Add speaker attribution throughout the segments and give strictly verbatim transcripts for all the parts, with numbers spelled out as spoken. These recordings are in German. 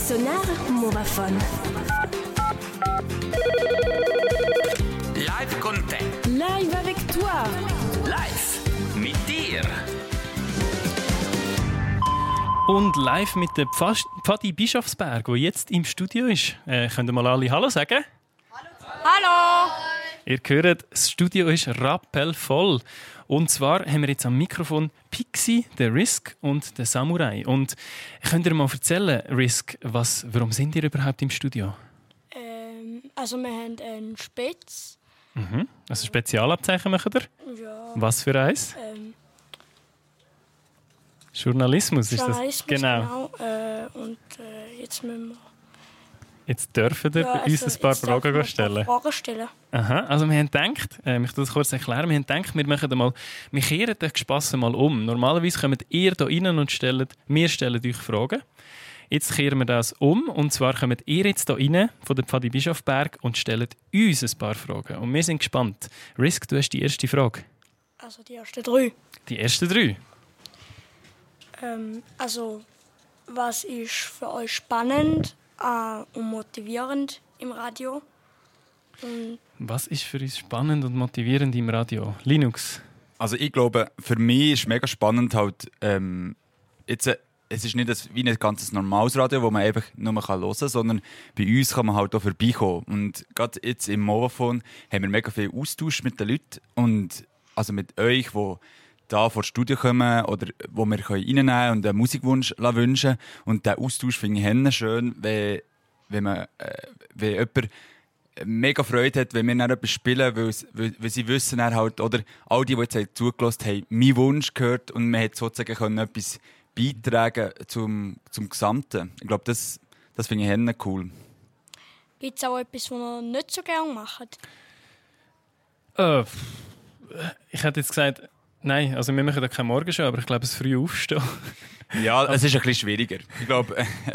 Speaker 1: Sonar Movaphone.
Speaker 2: Live Content.
Speaker 1: Live avec toi.
Speaker 2: Live mit dir.
Speaker 3: Und live mit der Pfas- Pfadi Bischofsberg, die jetzt im Studio ist. Äh, könnt ihr mal alle Hallo sagen?
Speaker 4: Hallo! Hallo!
Speaker 3: Ihr hört, das Studio ist rappelvoll. Und zwar haben wir jetzt am Mikrofon Pixie, den Risk und den Samurai. Und könnt ihr mal erzählen, Risk, was, warum sind ihr überhaupt im Studio?
Speaker 4: Ähm, also wir haben einen Spätz.
Speaker 3: Mhm. Also Spezialabzeichen macht ihr?
Speaker 4: Ja.
Speaker 3: Was für eins?
Speaker 4: Ähm,
Speaker 3: Journalismus ist
Speaker 4: Journalismus,
Speaker 3: das? Genau.
Speaker 4: genau. Äh, und äh, jetzt müssen wir...
Speaker 3: Jetzt dürfen wir
Speaker 4: Ja,
Speaker 3: uns
Speaker 4: also
Speaker 3: ein paar
Speaker 4: jetzt dürfen wir
Speaker 3: Fragen
Speaker 4: ein
Speaker 3: stellen.
Speaker 4: paar Fragen stellen.
Speaker 3: Aha, also wir haben gedacht, äh, ich das kurz erklären, wir haben gedacht, wir machen einmal, wir kehren den Spass mal um. Normalerweise kommt ihr hier rein und stellt, wir stellen euch Fragen. Jetzt kehren wir das um, und zwar kommt ihr jetzt hier rein von der Pfadi Bischofberg und stellt uns ein paar Fragen. Und wir sind gespannt. Risk, du hast die erste Frage.
Speaker 4: Also die ersten drei.
Speaker 3: Die ersten drei?
Speaker 4: Ähm, also, was ist für euch spannend äh, und motivierend im Radio? Und
Speaker 3: Was ist für uns spannend und motivierend im Radio? Linux?
Speaker 5: Also ich glaube, für mich ist mega spannend halt, ähm, jetzt, äh, es ist nicht das, wie ein ganzes normales Radio, wo man einfach nur hören kann, sondern bei uns kann man halt auch vorbeikommen. Und gerade jetzt im Movaphone haben wir mega viel Austausch mit den Leuten und also mit euch, die da vor das Studio kommen oder wo wir reinnehmen können und einen Musikwunsch wünschen. Und diesen Austausch finde ich sehr schön, wenn, wenn, man, äh, wenn jemand mega Freude hat, wenn wir dann etwas spielen, weil, weil, weil sie wissen dann halt, oder all die, die jetzt zugelassen haben, meinen Wunsch gehört und man hat sozusagen können etwas beitragen zum, zum Gesamten. Ich glaube, das, das finde ich sehr cool.
Speaker 4: gibt es auch etwas, was ihr nicht so gerne macht?
Speaker 3: Äh, ich hätte jetzt gesagt, nein, also wir machen da keine Morgenshow, aber ich glaube, es früh aufstehen.
Speaker 5: Ja, es ist ein bisschen schwieriger. Ich glaube,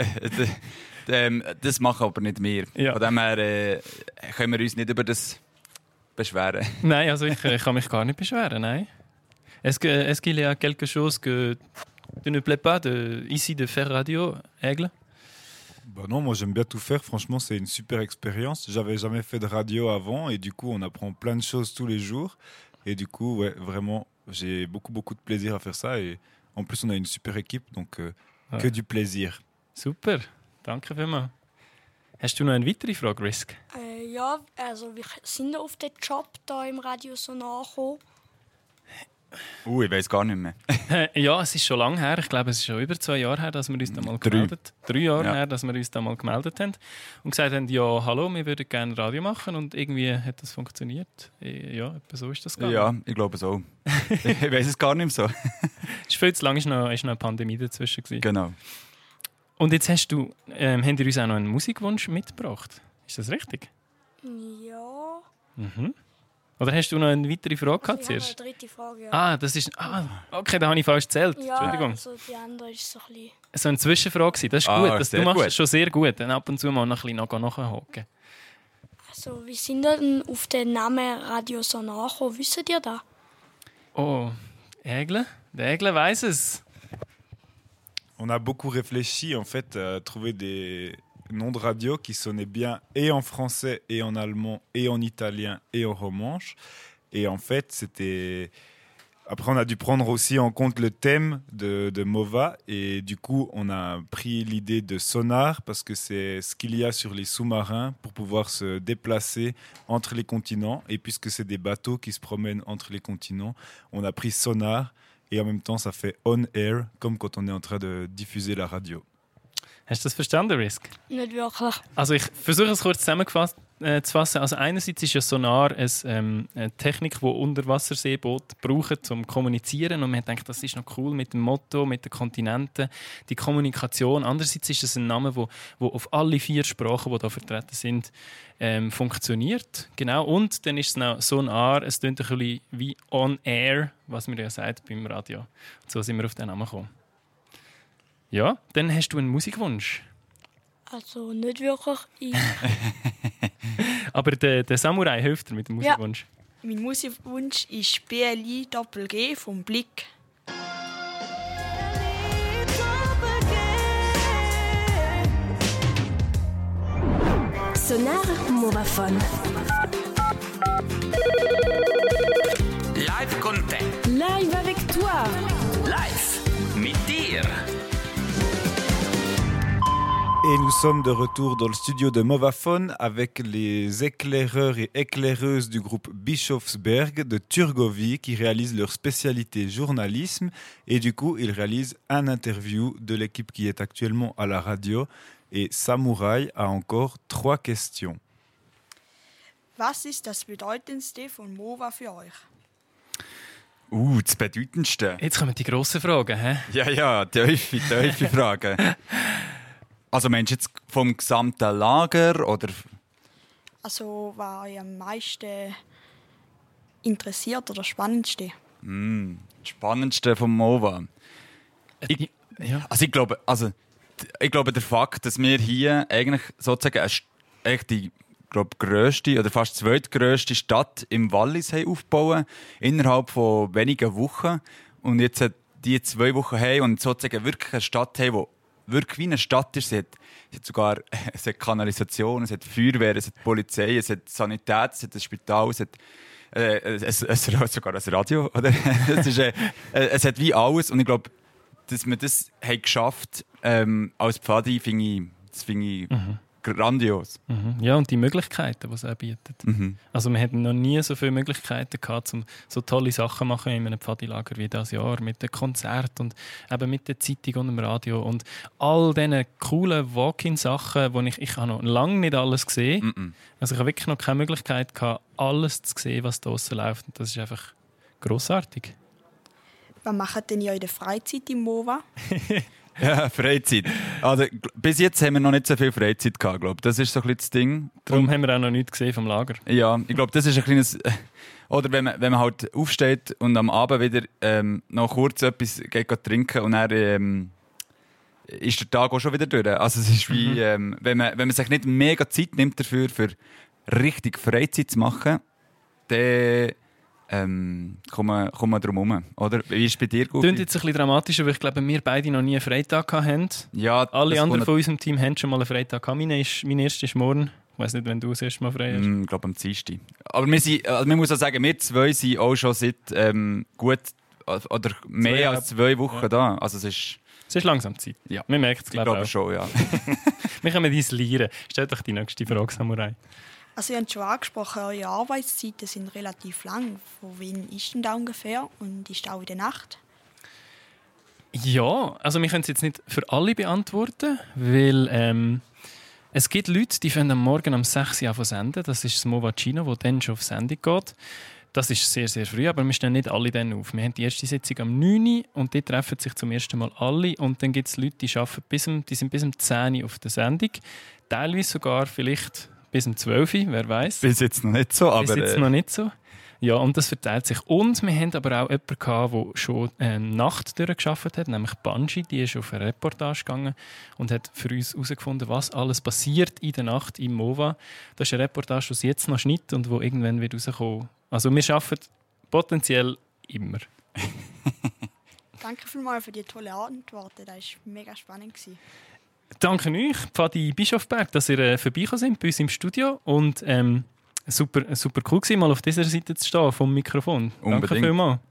Speaker 5: äh, das machen aber nicht wir.
Speaker 3: Ja.
Speaker 5: Von dem her äh, können wir uns nicht über das beschweren.
Speaker 3: Nein, also ich, ich kann mich gar nicht beschweren, nein. Est-ce que, est-ce qu'il y a quelque chose que tu ne plais pas de, ici de faire radio, Aigle?
Speaker 6: Bah non, moi j'aime bien tout faire. Franchement, c'est une super expérience. J'avais jamais fait de radio avant et du coup, on apprend plein de choses tous les jours. Et du coup, ouais, vraiment, j'ai beaucoup beaucoup de plaisir à faire ça. Et en plus, on a une super équipe, donc euh,
Speaker 3: Ah.
Speaker 6: que du plaisir.
Speaker 3: Super, danke vielmals. Hast du noch eine weitere Frage, Risk?
Speaker 4: Äh, ja, also wie sind ihr auf den Job da im Radio so nachgekommen?
Speaker 5: Uh, ich weiss gar nicht mehr.
Speaker 3: Ja, es ist schon lange her. Ich glaube, es ist schon über zwei Jahre her, dass wir uns da mal
Speaker 5: Drei.
Speaker 3: gemeldet haben. Drei Jahre
Speaker 5: Ja.
Speaker 3: her, dass wir uns da mal gemeldet haben. Und gesagt haben, ja, hallo, wir würden gerne Radio machen. Und irgendwie hat das funktioniert. Ja, etwa so ist das gegangen.
Speaker 5: Ja, ich glaube es auch. Ich weiss es gar nicht mehr so.
Speaker 3: Es ist viel zu lange, ist noch, ist noch eine Pandemie dazwischen gewesen.
Speaker 5: Genau.
Speaker 3: Und jetzt hast du, ähm, habt ihr uns auch noch einen Musikwunsch mitgebracht. Ist das richtig?
Speaker 4: Ja.
Speaker 3: Mhm. Oder hast du noch eine weitere Frage gehabt
Speaker 4: Ich habe
Speaker 3: zuerst?
Speaker 4: eine dritte Frage. Ja,
Speaker 3: Ah, das ist... Ah, okay, da habe ich falsch gezählt.
Speaker 4: ja,
Speaker 3: Entschuldigung.
Speaker 4: also die andere ist so ein bisschen...
Speaker 3: So eine Zwischenfrage gewesen. Das ist
Speaker 5: Ah,
Speaker 3: gut. Das, du
Speaker 5: sehr
Speaker 3: machst
Speaker 5: gut.
Speaker 3: es schon sehr gut. Dann ab und zu mal noch ein bisschen nachhocken.
Speaker 4: Also, wie sind ihr denn auf den Namen Radio Sonar gekommen? Wisst ihr das?
Speaker 3: Oh, Aigle? Der Aigle weiss es.
Speaker 6: On a beaucoup réfléchi en fait à trouver des noms de radio qui sonnaient bien et en français et en allemand et en italien et en romanche. Et en fait, c'était... Après, on a dû prendre aussi en compte le thème de, de Mova. Et du coup, on a pris l'idée de sonar parce que c'est ce qu'il y a sur les sous-marins pour pouvoir se déplacer entre les continents. Et puisque c'est des bateaux qui se promènent entre les continents, on a pris sonar. Et en même temps, ça fait on air, comme quand on est en train de diffuser la radio.
Speaker 3: Hast du das verstanden, Risk?
Speaker 4: Nicht wirklich.
Speaker 3: Also ich versuche es kurz zusammengefasst äh, zu fassen. Also einerseits ist ja Sonar eine, ähm, eine Technik, die Unterwasserseeboote brauchen, um zu kommunizieren. Und man denkt, das ist noch cool mit dem Motto, mit den Kontinenten, die Kommunikation. Andererseits ist es ein Name, der wo, wo auf alle vier Sprachen, die da vertreten sind, ähm, funktioniert. Genau. Und dann ist es noch Sonar. Es klingt ein bisschen wie on air, was man ja sagt beim Radio. Und so sind wir auf den Namen gekommen. Ja, dann hast du einen Musikwunsch.
Speaker 4: Also, nicht wirklich. Ich,
Speaker 3: Aber der, der Samurai hilft dir mit dem
Speaker 7: Ja.
Speaker 3: Musikwunsch.
Speaker 7: Mein Musikwunsch ist B L I Doppel G vom Blick.
Speaker 1: Sonar Movaphone.
Speaker 2: Live con te.
Speaker 1: Live avec toi.
Speaker 2: Live mit dir.
Speaker 6: Et nous sommes de retour dans le studio de Movaphone avec les éclaireurs et éclaireuses du groupe Bischofsberg de Turgovie qui réalisent leur spécialité journalisme et du coup ils réalisent un interview de l'équipe qui est actuellement à la radio et Samurai a encore trois questions.
Speaker 7: Was ist das Bedeutendste von Mova für euch?
Speaker 5: Uh, das Bedeutendste.
Speaker 3: Jetzt kommen die grossen Fragen. Hä?
Speaker 5: Ja, ja, tiefe, tiefe Fragen. Also meinst du jetzt vom gesamten Lager oder?
Speaker 7: Also, was euch am meisten interessiert oder spannendste?
Speaker 5: Mm, das Spannendste vom Mova. Ich,
Speaker 3: Ja.
Speaker 5: also ich glaube, also ich glaube der Fakt, dass wir hier eigentlich sozusagen eine, echt die glaube grösste oder fast zweitgrösste Stadt im Wallis haben aufbauen innerhalb von wenigen Wochen und jetzt die zwei Wochen haben und sozusagen wirklich eine Stadt haben, die wirklich wie eine Stadt ist. Es hat, es hat sogar es hat Kanalisation, es hat Feuerwehr, es hat Polizei, es hat Sanität, es hat ein Spital, es hat, äh, es, es hat sogar ein Radio. Oder? es, ist, äh, es hat wie alles. Und ich glaube, dass wir das haben geschafft ähm, als Pfadi, finde ich, das finde ich
Speaker 3: Mhm.
Speaker 5: grandios.
Speaker 3: Mhm. Ja, und die Möglichkeiten, die es auch bietet.
Speaker 5: Mhm.
Speaker 3: Also wir hatten noch nie so viele Möglichkeiten gehabt, um so tolle Sachen zu machen in einem Pfadilager wie dieses Jahr, mit dem Konzert und eben mit der Zeitung und dem Radio und all diesen coolen Walk-in-Sachen, wo ich, ich habe noch lange nicht alles gesehen.
Speaker 5: Mhm.
Speaker 3: Also ich habe wirklich noch keine Möglichkeit gehabt, alles zu sehen, was draussen läuft. Und das ist einfach grossartig.
Speaker 7: Was macht denn ihr in der Freizeit im Mova?
Speaker 5: Ja, Freizeit. Also, gl- bis jetzt haben wir noch nicht so viel Freizeit gehabt, glaube. Das ist so ein bisschen das Ding.
Speaker 3: Darum haben wir auch noch nichts gesehen vom Lager.
Speaker 5: Ja, ich glaube, das ist ein kleines... äh, Oder wenn man, wenn man halt aufsteht und am Abend wieder ähm, noch kurz etwas geht, geht trinken und dann ähm, ist der Tag auch schon wieder durch. Also es ist wie, ähm, wenn, man, wenn man sich nicht mega Zeit nimmt dafür, für richtig Freizeit zu machen, dann ähm, kommt man, kommt man drum herum. Oder? Wie ist es bei dir, Gufi?
Speaker 3: Klingt jetzt ein bisschen dramatisch, weil ich glaube, wir beide noch nie einen Freitag hatten.
Speaker 5: Ja,
Speaker 3: Alle
Speaker 5: das
Speaker 3: anderen
Speaker 5: kommt-
Speaker 3: von unserem Team haben schon mal einen Freitag gehabt. Meine, ist, meine erste ist morgen. Ich weiss nicht, wenn du das erste Mal frei hast.
Speaker 5: Ich glaube am Dienstag. Aber wir sind, also man muss auch sagen, wir zwei sind auch schon seit ähm, gut oder mehr
Speaker 3: Zwei
Speaker 5: als zwei Wochen
Speaker 3: ja.
Speaker 5: da. Also es ist,
Speaker 3: Es ist langsam Zeit.
Speaker 5: Ja.
Speaker 3: Man merkt es,
Speaker 5: ich
Speaker 3: glaube
Speaker 5: glaube
Speaker 3: ich.
Speaker 5: schon, ja.
Speaker 3: Wir können uns lernen. Stell doch die nächste Frage, Samurai.
Speaker 7: Also, ihr habt schon angesprochen, eure Arbeitszeiten sind relativ lang. Von wann ist denn da ungefähr? Und ist das auch in der Nacht?
Speaker 3: Ja, also wir können es jetzt nicht für alle beantworten, weil ähm, es gibt Leute, die fangen am Morgen um sechs Uhr an zu senden. Das ist das Movacino, das dann schon auf Sendung geht. Das ist sehr, sehr früh, aber wir stehen nicht alle dann auf. Wir haben die erste Sitzung am neun Uhr und die treffen sich zum ersten Mal alle. Und dann gibt es Leute, die, arbeiten bis um, die sind bis um zehn Uhr auf der Sendung. Teilweise sogar vielleicht bis um zwölf Uhr, wer weiß.
Speaker 5: Bis jetzt noch nicht so, aber...
Speaker 3: Bis jetzt
Speaker 5: äh,
Speaker 3: noch nicht so. Ja, und das verteilt sich. Und wir haben aber auch jemanden gehabt, der schon ähm, Nacht durchgearbeitet hat, nämlich Banji. Die ist auf eine Reportage gegangen und hat für uns herausgefunden, was alles passiert in der Nacht im Mova. Das ist eine Reportage, die sie jetzt noch schneidet und die irgendwann wird rauskommen. Also wir arbeiten potenziell immer.
Speaker 7: Danke vielmals für die tolle Antworten. Das war mega spannend.
Speaker 3: Danke euch, Pfadi Bischofberg, dass ihr äh, vorbeigekommen seid bei uns im Studio. Und ähm, super, super cool gewesen, mal auf dieser Seite zu stehen vom Mikrofon. Danke
Speaker 5: Unbedingt.
Speaker 3: vielmals.